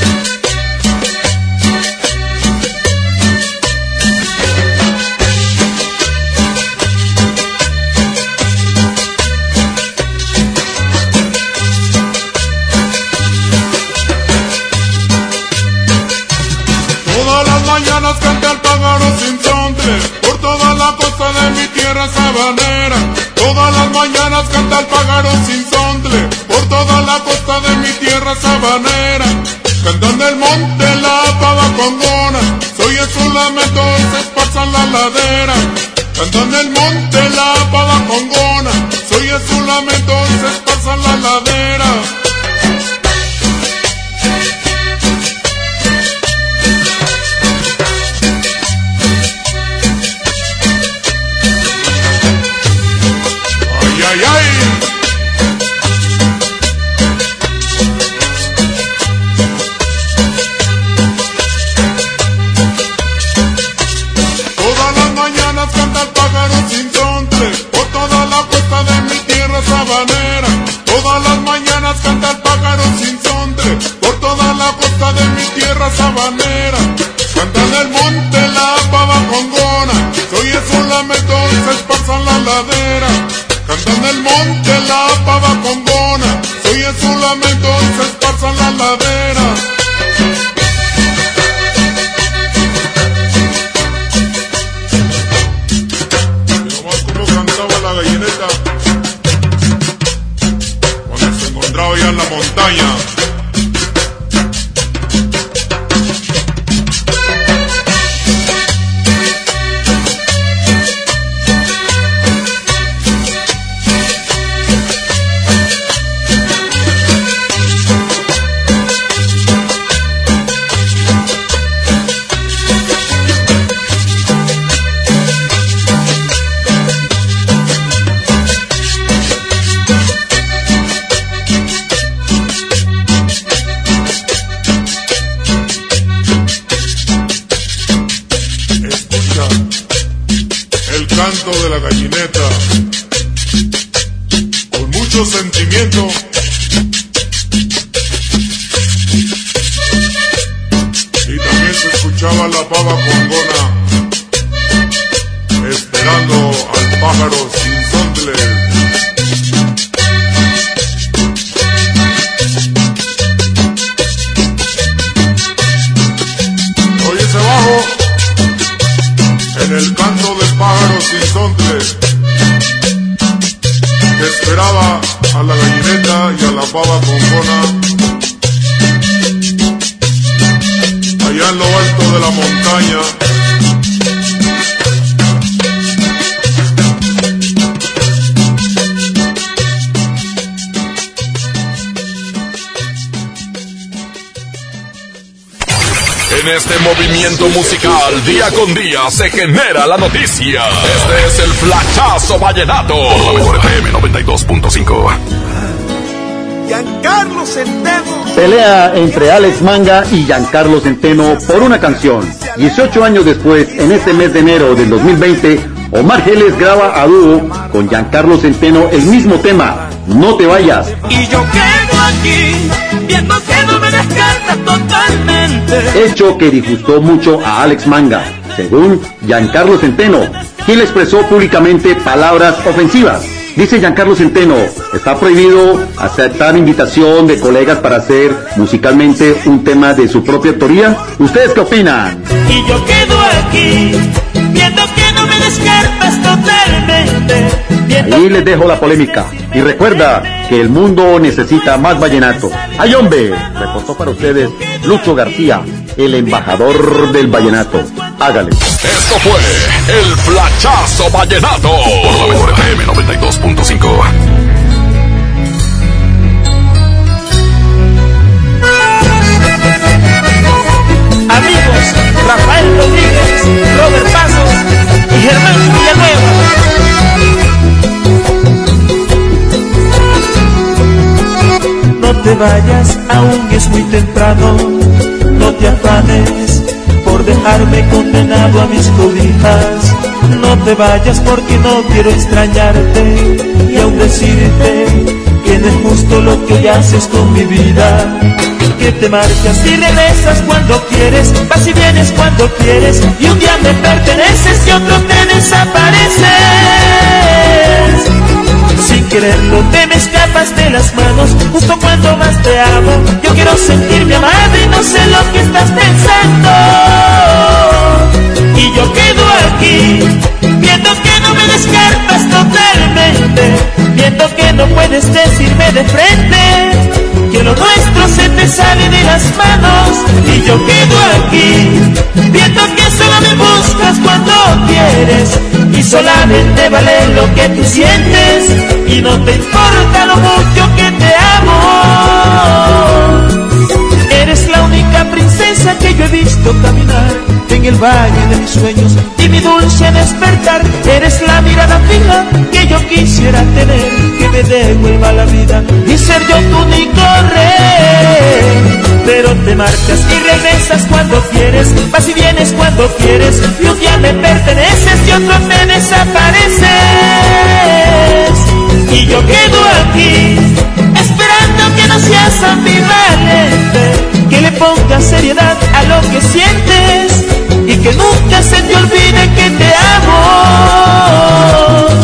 Speaker 17: Todas las mañanas canta el pájaro sin sonte, por toda la costa de mi tierra sabanera. Todas las mañanas canta el pájaro sin sonte, por toda la costa de mi tierra sabanera. Cantando el monte la pava congona, se oye su lamento y se esparza en la ladera. Cantando el monte la pava congona, se oye su lamento y se esparza en la ladera. Ay, ay. Todas las mañanas canta el pájaro sin sonte, por toda la costa de mi tierra sabanera. Todas las mañanas canta el pájaro sin sonte, por toda la costa de mi tierra sabanera. Canta en el monte la pava congona, se oye su lamento y se esparza en la ladera. Canta en el monte la pava congona, se oye su lamento y se esparza en la ladera. Y nomás como cantaba la gallineta cuando se encontraba ya en la montaña. Canto de la gallineta con mucho sentimiento. Y también se escuchaba la pava congona esperando al pájaro sin sontle. Oye ese bajo en el canto del pájaro sin sontle, que esperaba a la gallineta y a la pava congona allá en lo alto de la montaña.
Speaker 2: En este movimiento musical, día con día, se genera la noticia. Este es el Flachazo Vallenato. Por la mejor F M noventa y dos punto cinco.
Speaker 19: Giancarlo Centeno.
Speaker 20: Pelea entre Alex Manga y Giancarlo Centeno por una canción. dieciocho años después, en este mes de enero del dos mil veinte, Omar Geles graba a dúo con Giancarlo Centeno el mismo tema, No te vayas.
Speaker 9: Y yo quedo aquí, viendo que no me descartas totalmente.
Speaker 20: Hecho que disgustó mucho a Alex Manga, según Giancarlo Centeno, quien le expresó públicamente palabras ofensivas. Dice Giancarlo Centeno, está prohibido aceptar invitación de colegas para hacer musicalmente un tema de su propia autoría. ¿Ustedes qué opinan?
Speaker 9: Y yo quedo aquí, viendo que no me descartas totalmente.
Speaker 20: Ahí les dejo la polémica. Y recuerda que el mundo necesita más vallenato. ¡Ay, hombre! Reportó para ustedes Lucho García, el embajador del vallenato. Hágale.
Speaker 2: Esto fue el Flachazo Vallenato por la mejor F M noventa y dos punto cinco.
Speaker 9: Amigos, Rafael Rodríguez, Robert Pasos y Germán Villanueva. No te vayas, aún es muy temprano, no te afanes por dejarme condenado a mis cobijas. No te vayas porque no quiero extrañarte y aún decirte que no es justo lo que hoy haces con mi vida. Que te marchas y regresas cuando quieres, vas y vienes cuando quieres, y un día me perteneces y otro te desapareces. Sin quererlo te me escapas de las manos, justo cuando más te amo. Yo quiero sentirme amada y no sé lo que estás pensando. Y yo quedo aquí, viendo que no me descartas totalmente, viendo que no puedes decirme de frente que lo nuestro se te sale de las manos. Y yo quedo aquí, viendo que solo me buscas cuando quieres, y solamente vale lo que tú sientes, y no te importa lo mucho que te amo. Eres la única princesa que yo he visto caminar en el valle de mis sueños y mi dulce despertar. Eres la mirada fija que yo quisiera tener, que me devuelva la vida y ser yo tu único rey. Pero te marchas y regresas cuando quieres, vas y vienes cuando quieres, y un día me perteneces y otro te desapareces. Y yo quedo aquí, esperando que no seas ambivalente, que le pongas seriedad a lo que sientes y que nunca se te olvide que te amo.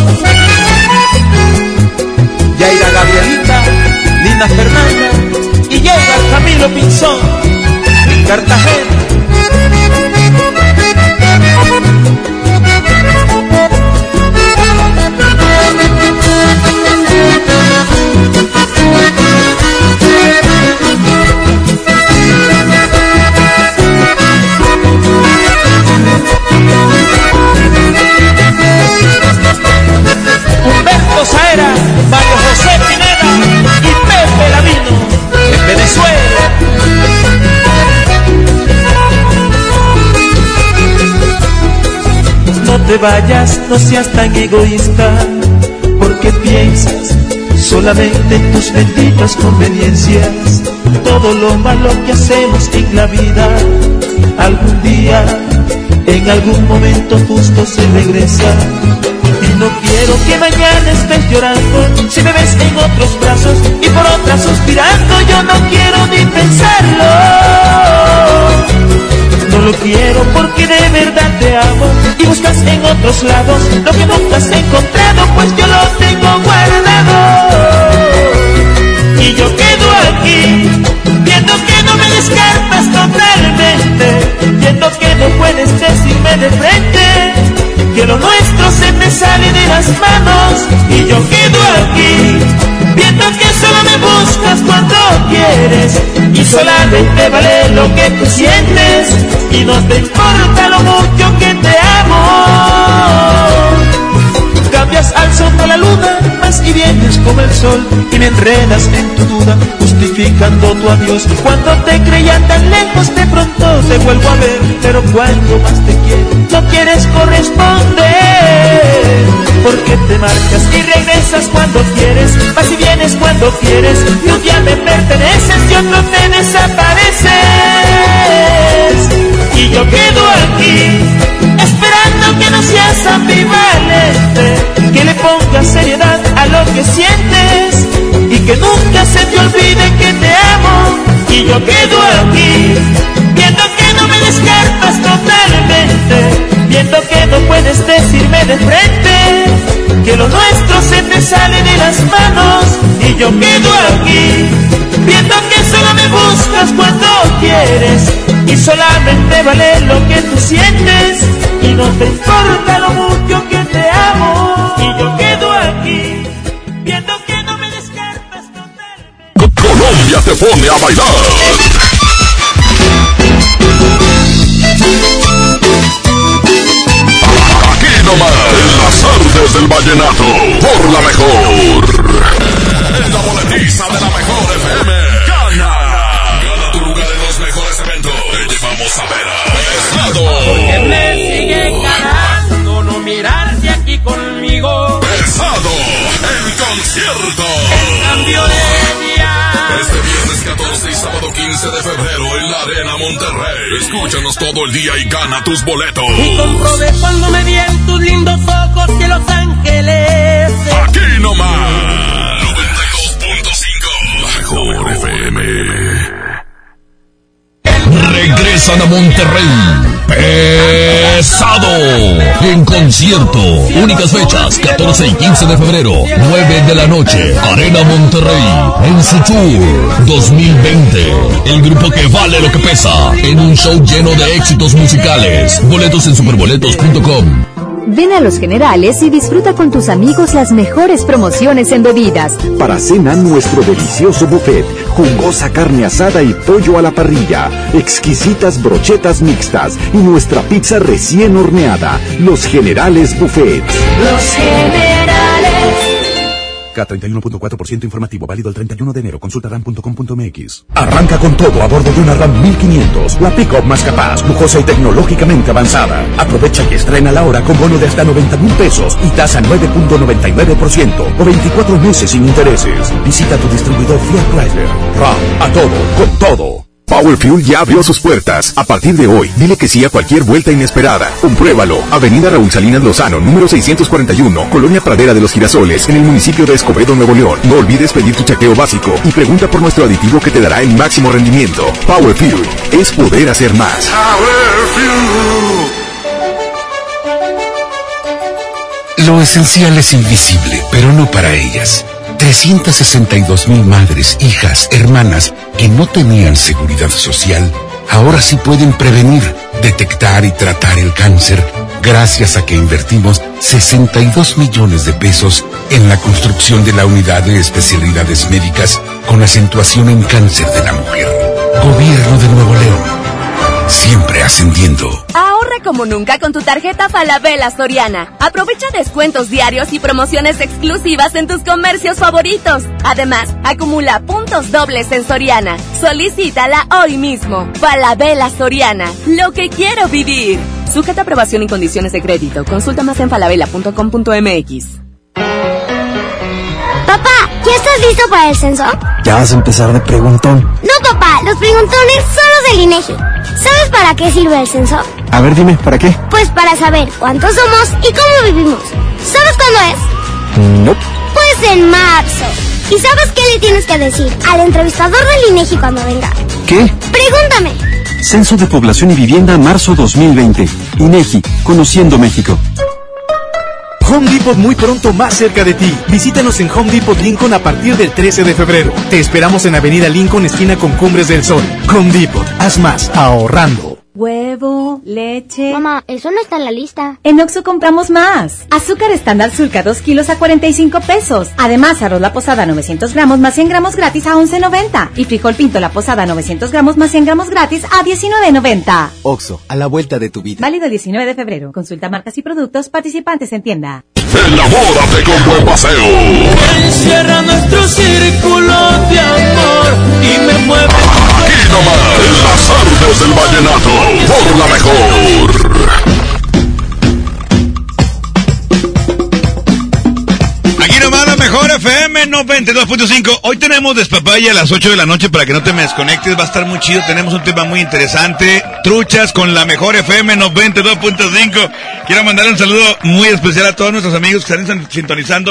Speaker 9: Yaira Gabrielita, Lina Fernanda y llega Camilo Pinzón, Cartagena. Humberto Saera, Mario José Pineda y Pepe Lavino, en Venezuela. No te vayas, no seas tan egoísta, porque piensas solamente en tus benditas conveniencias. Todo lo malo que hacemos en la vida, algún día, en algún momento justo se regresa. Y no quiero que mañana estés llorando si me ves en otros brazos y por otras suspirando. Yo no quiero ni pensarlo. No lo quiero porque de verdad te amo y buscas en otros lados lo que nunca has encontrado, pues yo lo tengo guardado. Y yo quedo aquí, viendo que no me descartas totalmente, viendo que no puedes decirme de frente que lo nuestro se te sale de las manos. Y yo quedo aquí, viendo que solo me buscas cuando quieres, y solamente vale lo que tú sientes, y no te importa lo mucho que te amo. Cambias al sol por la luna, vas y vienes como el sol, y me enredas en tu duda, justificando tu adiós. Cuando te creía tan lejos, de pronto te vuelvo a ver, pero cuando más te quiero, no quieres corresponder. Porque te marchas y regresas cuando quieres, vas y vienes cuando quieres, y un día me perteneces y otro te desapareces. Y yo quedo aquí, esperando que no seas ambivalente, que sientes y que nunca se te olvide que te amo. Y yo quedo aquí, viendo que no me descartas totalmente, viendo que no puedes decirme de frente que lo nuestro se te sale de las manos. Y yo quedo aquí, viendo que solo me buscas cuando quieres y solamente vale lo que tú sientes y no te importa lo mucho que te amo. Y yo quedo aquí, viendo que no me descartas totalmente.
Speaker 2: Colombia te pone a bailar. Aquí nomás, en las artes del vallenato, por la mejor. En la boletiza de la mejor F M. Gana. Gana tu lugar en los mejores eventos. Te llevamos a ver a Pesado.
Speaker 9: Porque me sigue ganando no mirarse aquí conmigo.
Speaker 2: Pesado, el concierto.
Speaker 9: En cambio de día.
Speaker 2: Este viernes catorce y sábado quince de febrero en la Arena Monterrey. Escúchanos todo el día y gana tus boletos.
Speaker 9: Y comprobé cuando me vi en tus lindos ojos que Los Ángeles.
Speaker 2: Aquí nomás. noventa y dos punto cinco. Mejor F M.
Speaker 5: Regresan a Monterrey. Pesado en concierto. Únicas fechas catorce y quince de febrero, nueve de la noche. Arena Monterrey en su tour dos mil veinte. El grupo que vale lo que pesa en un show lleno de éxitos musicales. Boletos en superboletos punto com.
Speaker 6: Ven a Los Generales y disfruta con tus amigos las mejores promociones en bebidas.
Speaker 7: Para cena, nuestro delicioso buffet, jugosa carne asada y pollo a la parrilla, exquisitas brochetas mixtas y nuestra pizza recién horneada. Los Generales Buffet.
Speaker 9: Los Generales.
Speaker 19: K treinta y uno punto cuatro por ciento informativo, válido el treinta y uno de enero. Consulta ram punto com punto m x. Arranca con todo a bordo de una RAM mil quinientos, la pick-up más capaz, lujosa y tecnológicamente avanzada. Aprovecha y estrena la hora con bono de hasta noventa mil pesos y tasa nueve punto noventa y nueve por ciento o veinticuatro meses sin intereses. Visita tu distribuidor Fiat Chrysler. RAM, a todo, con todo.
Speaker 21: Power Fuel ya abrió sus puertas. A partir de hoy, dile que sí a cualquier vuelta inesperada. Compruébalo. Avenida Raúl Salinas Lozano, número seiscientos cuarenta y uno, Colonia Pradera de los Girasoles, en el municipio de Escobedo, Nuevo León. No olvides pedir tu chequeo básico y pregunta por nuestro aditivo que te dará el máximo rendimiento. Power Fuel es poder hacer más.
Speaker 2: Power Fuel.
Speaker 22: Lo esencial es invisible, pero no para ellas. trescientas sesenta y dos mil madres, hijas, hermanas que no tenían seguridad social, ahora sí pueden prevenir, detectar y tratar el cáncer gracias a que invertimos sesenta y dos millones de pesos en la construcción de la unidad de especialidades médicas con acentuación en cáncer de la mujer. Gobierno de Nuevo León, siempre ascendiendo.
Speaker 23: Ahorra como nunca con tu tarjeta Falabella Soriana. Aprovecha descuentos diarios y promociones exclusivas en tus comercios favoritos. Además, acumula puntos dobles en Soriana. Solicítala hoy mismo. Falabella Soriana, lo que quiero vivir. Sujeta a aprobación y condiciones de crédito. Consulta más en falabella punto com punto m x.
Speaker 24: Papá, ¿ya estás listo para el censo?
Speaker 26: Ya vas a empezar de preguntón.
Speaker 24: No, papá, los preguntones son los del INEGI. ¿Sabes para qué sirve el censo?
Speaker 26: A ver, dime, ¿para qué?
Speaker 24: Pues para saber cuántos somos y cómo vivimos. ¿Sabes cuándo es?
Speaker 26: No.
Speaker 24: Pues en marzo. ¿Y sabes qué le tienes que decir al entrevistador del INEGI cuando venga?
Speaker 26: ¿Qué?
Speaker 24: Pregúntame.
Speaker 26: Censo de Población y Vivienda, marzo dos mil veinte. INEGI, Conociendo México.
Speaker 12: Home Depot muy pronto más cerca de ti. Visítanos en Home Depot Lincoln a partir del trece de febrero. Te esperamos en Avenida Lincoln, esquina con Cumbres del Sol. Home Depot, haz más ahorrando.
Speaker 6: Huevo, leche...
Speaker 24: Mamá, eso no está en la lista.
Speaker 6: En Oxxo compramos más. Azúcar estándar Sulca dos kilos a cuarenta y cinco pesos. Además, arroz La Posada novecientos gramos más cien gramos gratis a once noventa. Y frijol pinto La Posada novecientos gramos más cien gramos gratis a diecinueve noventa.
Speaker 26: Oxxo, a la vuelta de tu vida.
Speaker 6: Válido el diecinueve de febrero. Consulta marcas y productos participantes en tienda.
Speaker 2: Enamórate con buen paseo.
Speaker 9: Encierra nuestro círculo de amor y me mueve.
Speaker 2: Aquí nomás, en las artes del vallenato, por la mejor.
Speaker 10: Aquí nomás la mejor F M noventa y dos punto cinco. Hoy tenemos Despapaya a las ocho de la noche para que no te me desconectes. Va a estar muy chido. Tenemos un tema muy interesante. Truchas con la mejor F M noventa y dos punto cinco. Quiero mandar un saludo muy especial a todos nuestros amigos que están sintonizando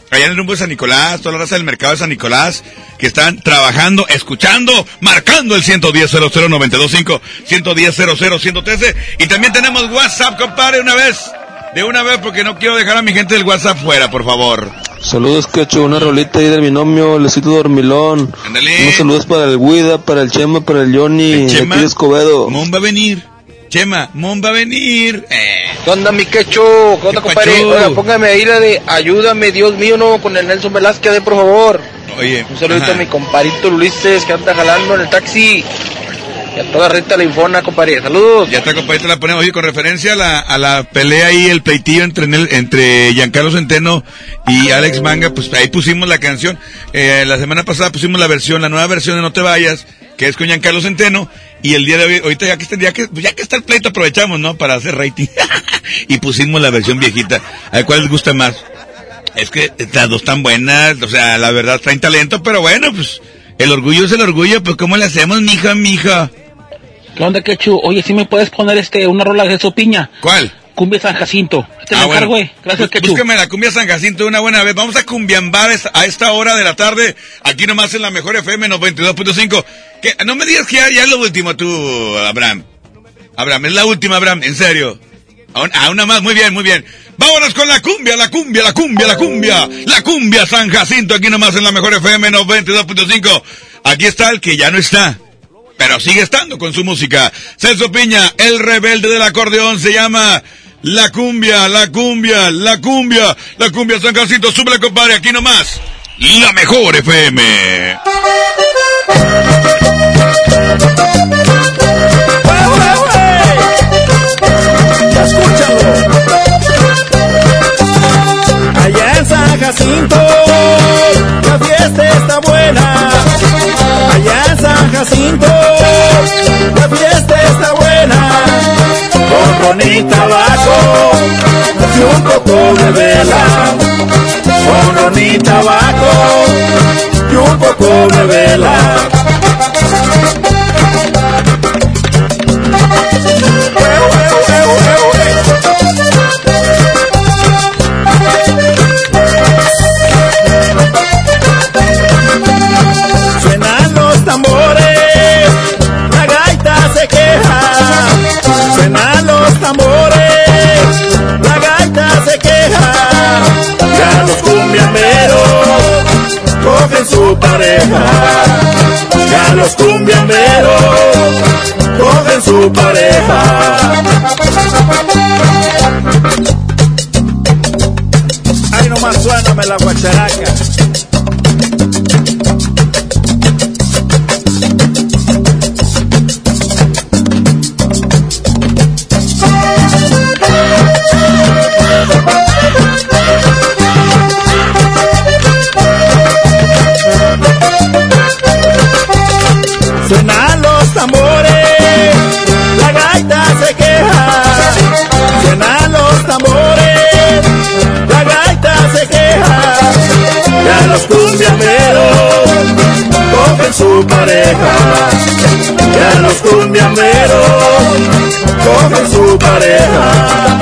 Speaker 10: allá en el rumbo de San Nicolás, toda la raza del mercado de San Nicolás, que están trabajando, escuchando, marcando el ciento diez cero cero nueve dos cinco, ciento diez cero cero ciento trece, y también tenemos WhatsApp, compadre, una vez, de una vez, porque no quiero dejar a mi gente del WhatsApp fuera, por favor.
Speaker 3: Saludos, Quecho, una rolita ahí del binomio, Lecito Dormilón.
Speaker 10: Ándale.
Speaker 3: Unos saludos para el Guida, para el Chema, para el Johnny,
Speaker 10: El Chema,
Speaker 3: aquí de Escobedo.
Speaker 10: Mon va a venir. Chema, Mon va a venir. Eh.
Speaker 8: ¿Qué onda, mi Quecho? ¿Qué onda, compadre? Oiga, póngame ahí la de Ayúdame, Dios mío, no, con el Nelson Velázquez, de por favor.
Speaker 10: Oye.
Speaker 8: Un saludito
Speaker 10: ajá.
Speaker 8: a mi compadrito Ulises, que anda jalando en el taxi. Y a toda Rita la Infona, compadre. Saludos.
Speaker 10: Ya está, compadre, te la ponemos. Oye, con referencia a la, a la pelea ahí, el pleitillo entre, entre Giancarlo Centeno y Alex Manga, pues ahí pusimos la canción. Eh, la semana pasada pusimos la versión, la nueva versión de No Te Vayas, que es con Giancarlo Centeno. Y el día de hoy, ahorita ya que, está, ya que, ya que está el pleito, aprovechamos, ¿no? Para hacer rating. Y pusimos la versión viejita. A ver, ¿cuál les gusta más? Es que las dos están buenas, o sea, la verdad, traen talento, pero bueno, pues, el orgullo es el orgullo, pues, ¿cómo le hacemos, mija, mija?
Speaker 8: ¿Qué onda, Quechu? Oye, ¿sí me puedes poner este una rola de Jesús Piña?
Speaker 10: ¿Cuál?
Speaker 8: Cumbia San Jacinto. Este
Speaker 10: Ah,
Speaker 8: me
Speaker 10: bueno.
Speaker 8: encargo, güey. Gracias, Quechu.
Speaker 10: Búscame la cumbia San Jacinto de una buena vez. Vamos a cumbiambar a esta hora de la tarde, aquí nomás en la mejor F M noventa y dos punto cinco. Que no me digas que ya, ya es lo último tú, Abraham. Abraham, es la última, Abraham, en serio. A, a una más, muy bien, muy bien. Vámonos con la cumbia, la cumbia, la cumbia, la cumbia. La cumbia San Jacinto, aquí nomás en la mejor F M noventa y dos punto cinco. Aquí está el que ya no está, pero sigue estando con su música. Celso Piña, el rebelde del acordeón, se llama La Cumbia, La Cumbia, La Cumbia, La Cumbia San Jacinto. Súbele, compadre, aquí nomás, la mejor F M.
Speaker 11: Ya escúchalo. Allá en San Jacinto la fiesta está buena. Allá en San Jacinto la fiesta está buena. Con ron y tabaco y un poco de vela. Con ron y tabaco y un poco de vela. Suenan los tambores, la gaita se queja. Suenan los tambores, la gaita se queja. Ya los cumbiamberos cogen su pareja. Ya los cumbiamberos cogen su pareja. Ay, nomás suéname la guacharaca. Suenan los tambores, la gaita se queja. Suenan los tambores, la gaita se queja. Ya los cumbiamberos cogen su pareja. Ya los cumbiamberos cogen su pareja.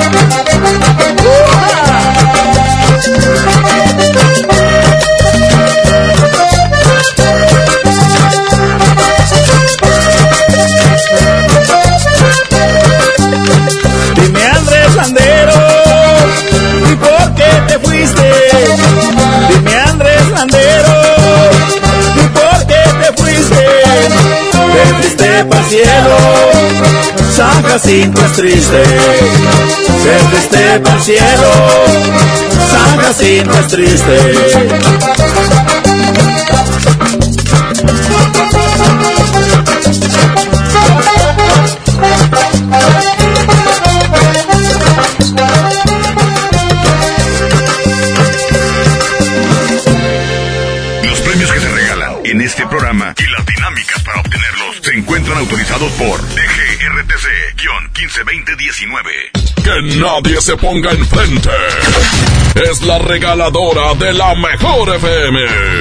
Speaker 11: Dime, Andrés Landero, ¿y por qué te fuiste? Dime, Andrés Landero, ¿y por qué te fuiste? Te fuiste pa'l cielo, San Jacinto es triste. Te fuiste pa'l cielo, San Jacinto es triste.
Speaker 2: Los premios que se regalan en este programa y las dinámicas para obtenerlos se encuentran autorizados por D G R T C quince veinte diecinueve.
Speaker 32: Que nadie se ponga enfrente. Es la regaladora de la mejor F M.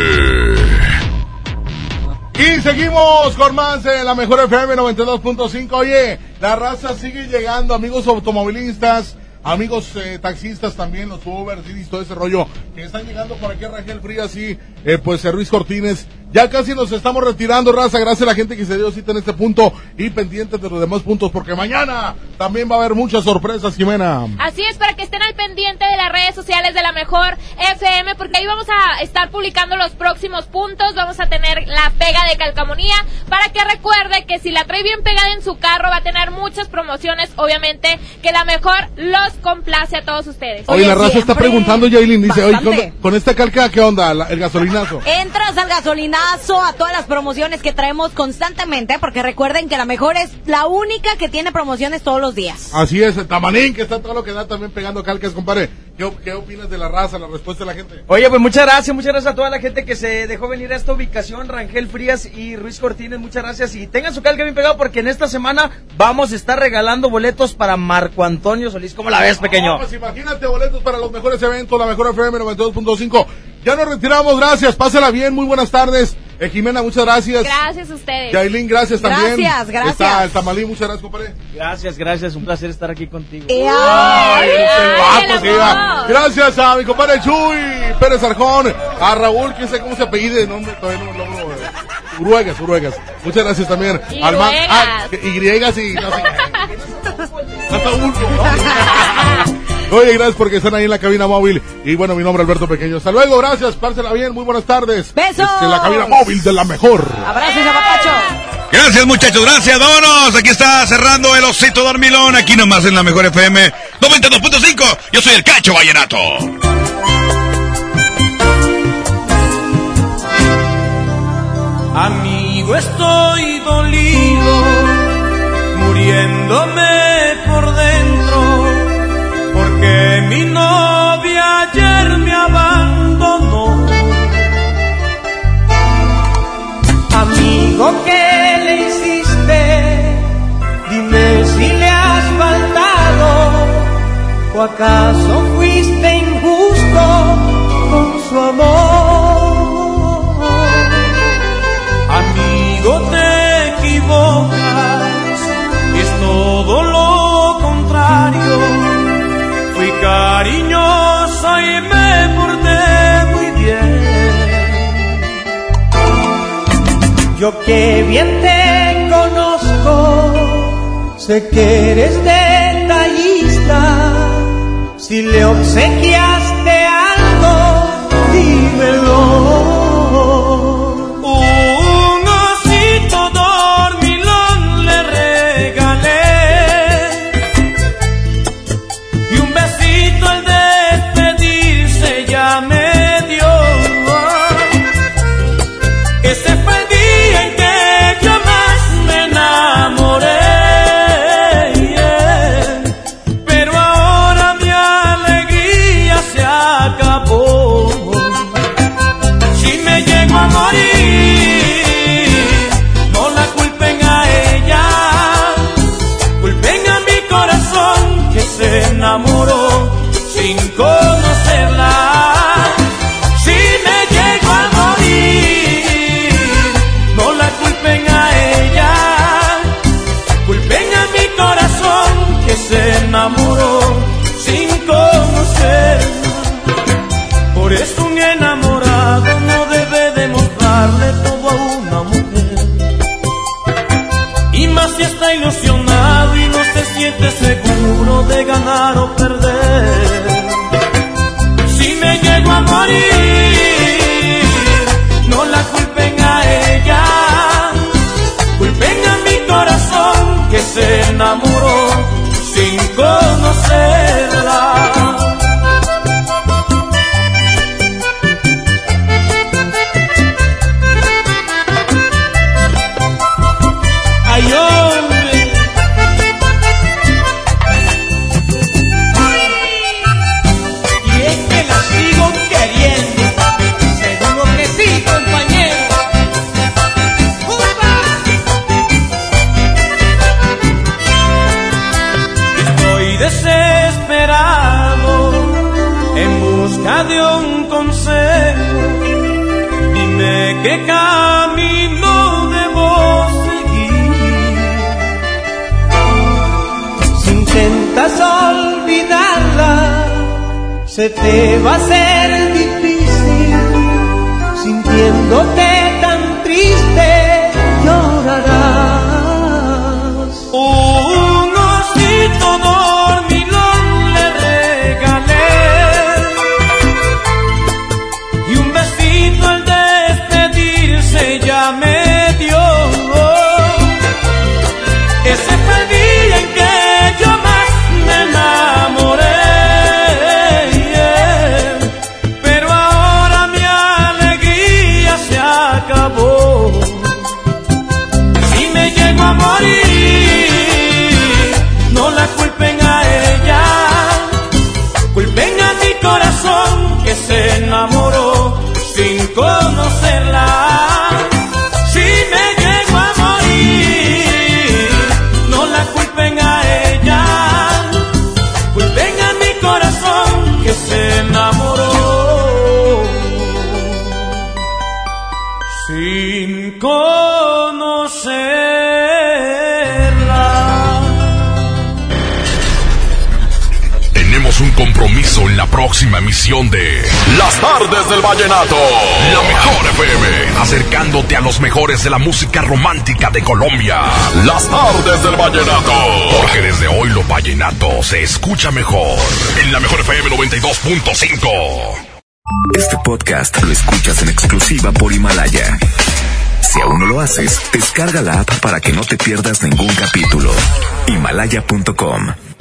Speaker 13: Y seguimos con más de la mejor F M noventa y dos punto cinco. Oye, la raza sigue llegando, amigos automovilistas. amigos eh, taxistas también, los Uber, y todo ese rollo, que están llegando por aquí a Rangel Frías y eh, pues eh, Ruiz Cortines. Ya casi nos estamos retirando, raza, gracias a la gente que se dio cita en este punto y pendientes de los demás puntos, porque mañana también va a haber muchas sorpresas, Jimena.
Speaker 1: Así es, para que estén al pendiente de las redes sociales de la Mejor F M, porque ahí vamos a estar publicando los próximos puntos, vamos a tener la pega de calcamonía, para que recuerde que si la trae bien pegada en su carro, va a tener muchas promociones, obviamente, que la Mejor los complace a todos ustedes.
Speaker 13: Oye, Oye la raza está preguntando, Yailin, dice, oye, con, con esta calca, ¿qué onda? La, el gasolinazo.
Speaker 4: Entras al gasolinazo, a todas las promociones que traemos constantemente, porque recuerden que la Mejor es la única que tiene promociones todos los días.
Speaker 13: Así es, el Tamanín, que está todo lo que da también pegando calcas, compadre. ¿Qué, ¿Qué opinas de la raza, la respuesta de la gente?
Speaker 14: Oye, pues muchas gracias, muchas gracias a toda la gente que se dejó venir a esta ubicación, Rangel Frías y Ruiz Cortines, muchas gracias, y tengan su calca bien pegado porque en esta semana vamos a estar regalando boletos para Marco Antonio Solís. ¿Cómo la ves, pequeño?
Speaker 13: Oh, pues imagínate, boletos para los mejores eventos, la Mejor F M noventa y dos punto cinco. Ya nos retiramos, gracias, pásela bien, muy buenas tardes. Eh, Jimena, muchas gracias.
Speaker 1: Gracias a ustedes.
Speaker 13: Yailin, gracias también.
Speaker 4: Gracias, gracias.
Speaker 13: Está el Tamalín, muchas gracias, compadre.
Speaker 14: Gracias, gracias, un placer estar aquí contigo.
Speaker 4: ¡Ay,
Speaker 13: ay,
Speaker 4: ay,
Speaker 13: el vato, sí, gracias a mi compadre Chuy Pérez Arjón, a Raúl, que sé cómo se apellide, no, todavía no lo logro. Eh. Uruegas, Uruegas. Muchas gracias también.
Speaker 1: Y
Speaker 13: al man, ah, Y, y, no sé. Oye, gracias porque están ahí en la cabina móvil. Y bueno, mi nombre es Alberto Pequeño. Hasta luego, gracias, pásela bien, muy buenas tardes.
Speaker 4: ¡Besos!
Speaker 13: Este, la cabina móvil de la Mejor.
Speaker 4: Abrazos, zapapacho.
Speaker 10: Gracias, muchachos, gracias, vámonos. Aquí está cerrando el Osito Dormilón, aquí nomás en la Mejor F M noventa y dos punto cinco. Yo soy el Cacho Vallenato.
Speaker 11: Amigo, estoy dolido, muriéndome por dentro, porque mi novia ayer me abandonó. Amigo, ¿qué le hiciste? Dime si le has faltado, o acaso fuiste injusto con su amor. Amigo, te equivocas, es todo lo contrario. Fui cariñoso y me porté muy bien. Yo que bien te conozco, sé que eres detallista. Si le obsequiaste algo, dímelo. Enamoró sin conocerla. Si me llego a morir, no la culpen a ella, culpen a mi corazón que se enamoró sin conocerla. Por eso un enamorado no debe demostrarle todo a una mujer, y más si está ilusionado y no se siente seguro de ganar o perder. Si me llego a morir, no la culpen a ella, culpen a mi corazón que se enamoró sin conocerla. Ay, hombre. De un consejo, dime qué camino debo seguir. Si intentas olvidar
Speaker 5: se te va a hacer difícil, sintiéndote tan triste, llorarás. Un osito dormilón le regalé y un besito al despedirse ya me dio. Ese fue el día en que yo más me enamoré, yeah. Pero ahora mi alegría se acabó. Si me llego a morir, no la culpen a ella, culpen a mi corazón que se enamoró sin conocerla. Si me llego a morir, no la culpen a ella, culpen a mi corazón que se enamoró sin conocerla.
Speaker 2: Tenemos un compromiso en la próxima emisión de Las Tardes del Vallenato. La mejor F M, acercándote a los mejores de la música romántica de Colombia. Las Tardes del Vallenato. Porque desde hoy lo vallenato se escucha mejor. En la mejor F M noventa y dos punto cinco.
Speaker 21: Este podcast lo escuchas en exclusiva por Himalaya. Si aún no lo haces, descarga la app para que no te pierdas ningún capítulo. Himalaya punto com